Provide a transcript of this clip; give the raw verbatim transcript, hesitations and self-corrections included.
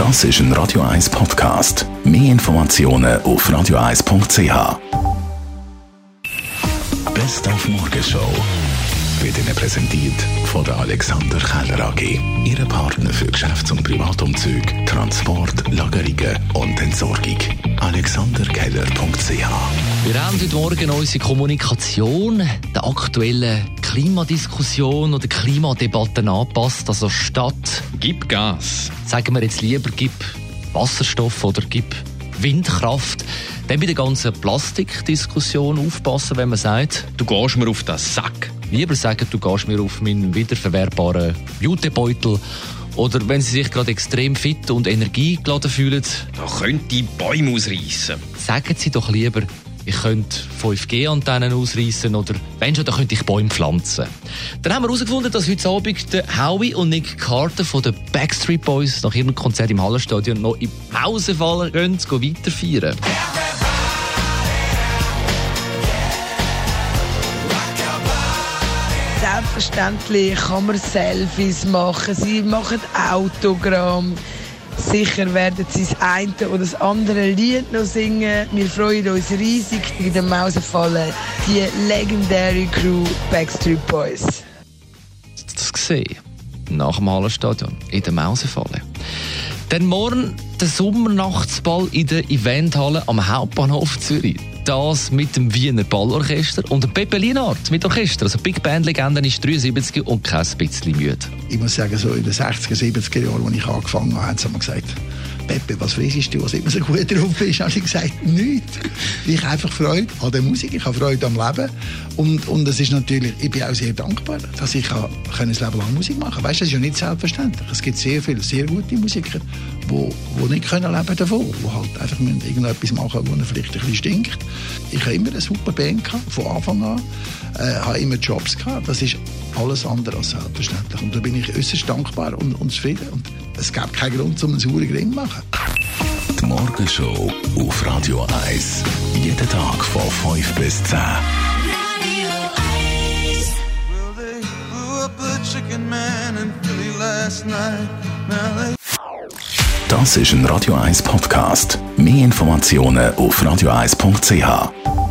Das ist ein Radio eins Podcast. Mehr Informationen auf radio eins punkt c h. Best auf Morgenshow wird Ihnen präsentiert von der Alexander Keller A G. Ihre Partner für Geschäfts- und Privatumzüge, Transport, Lagerungen und Entsorgung. alexander keller punkt c h. Wir haben heute Morgen unsere Kommunikation der aktuellen Klimadiskussion oder Klimadebatten angepasst. Also statt Gib Gas, sagen wir jetzt lieber, gib Wasserstoff oder gib Windkraft. Dann bei der ganzen Plastikdiskussion aufpassen, wenn man sagt, du gehst mir auf den Sack. Lieber sagen, du gehst mir auf meinen wiederverwertbaren Jutebeutel. Oder wenn Sie sich gerade extrem fit und energiegeladen fühlen, Da könnte ich Bäume ausreißen. sagen Sie doch lieber, ich könnte fünf G Antennen ausreißen oder wenn schon, dann könnte ich Bäume pflanzen. Dann haben wir herausgefunden, dass heute Abend der Howie und Nick Carter von den Backstreet Boys nach ihrem Konzert im Hallenstadion noch in die Pause fallen gehen, gehen weiter feiern. Selbstverständlich kann man Selfies machen, sie machen Autogramm. Sicher werden sie das eine oder das andere Lied noch singen. Wir freuen uns riesig in der Mausefalle, die legendäre Crew Backstreet Boys. Das gesehen nach dem Hallenstadion in der Mausefalle. Dann morgen der Sommernachtsball in der Eventhalle am Hauptbahnhof Zürich. Das mit dem Wiener Ballorchester und dem Pepe Lienhardt mit Orchester. Also Big Band-Legende ist dreiundsiebzig und kein bisschen müde. Ich muss sagen, so in den sechziger, siebziger Jahren, als ich angefangen habe, haben sie mir gesagt, Pepe, was frisst du, was immer so gut drauf bist? Habe ich gesagt, nichts. Ich habe einfach Freude an der Musik, ich habe Freude am Leben. Und, und es ist natürlich, ich bin auch sehr dankbar, dass ich kann, kann ein Leben lang Musik machen kann. Weißt du, das ist ja nicht selbstverständlich. Es gibt sehr viele, sehr gute Musiker, die, die nicht können leben davon, die halt einfach irgendetwas machen müssen, das vielleicht ein bisschen stinkt. Ich habe immer eine super Band gehabt, von Anfang an. Äh, habe immer Jobs gehabt. Das ist alles andere als selbstverständlich. Und da bin ich äußerst dankbar und, und zufrieden. Und es gibt keinen Grund, um einen sauren Grin zu machen. Die Morgenshow auf Radio eins. Jeden Tag von fünf bis zehn. Das ist ein Radio eins Podcast. Mehr Informationen auf radio eins punkt c h.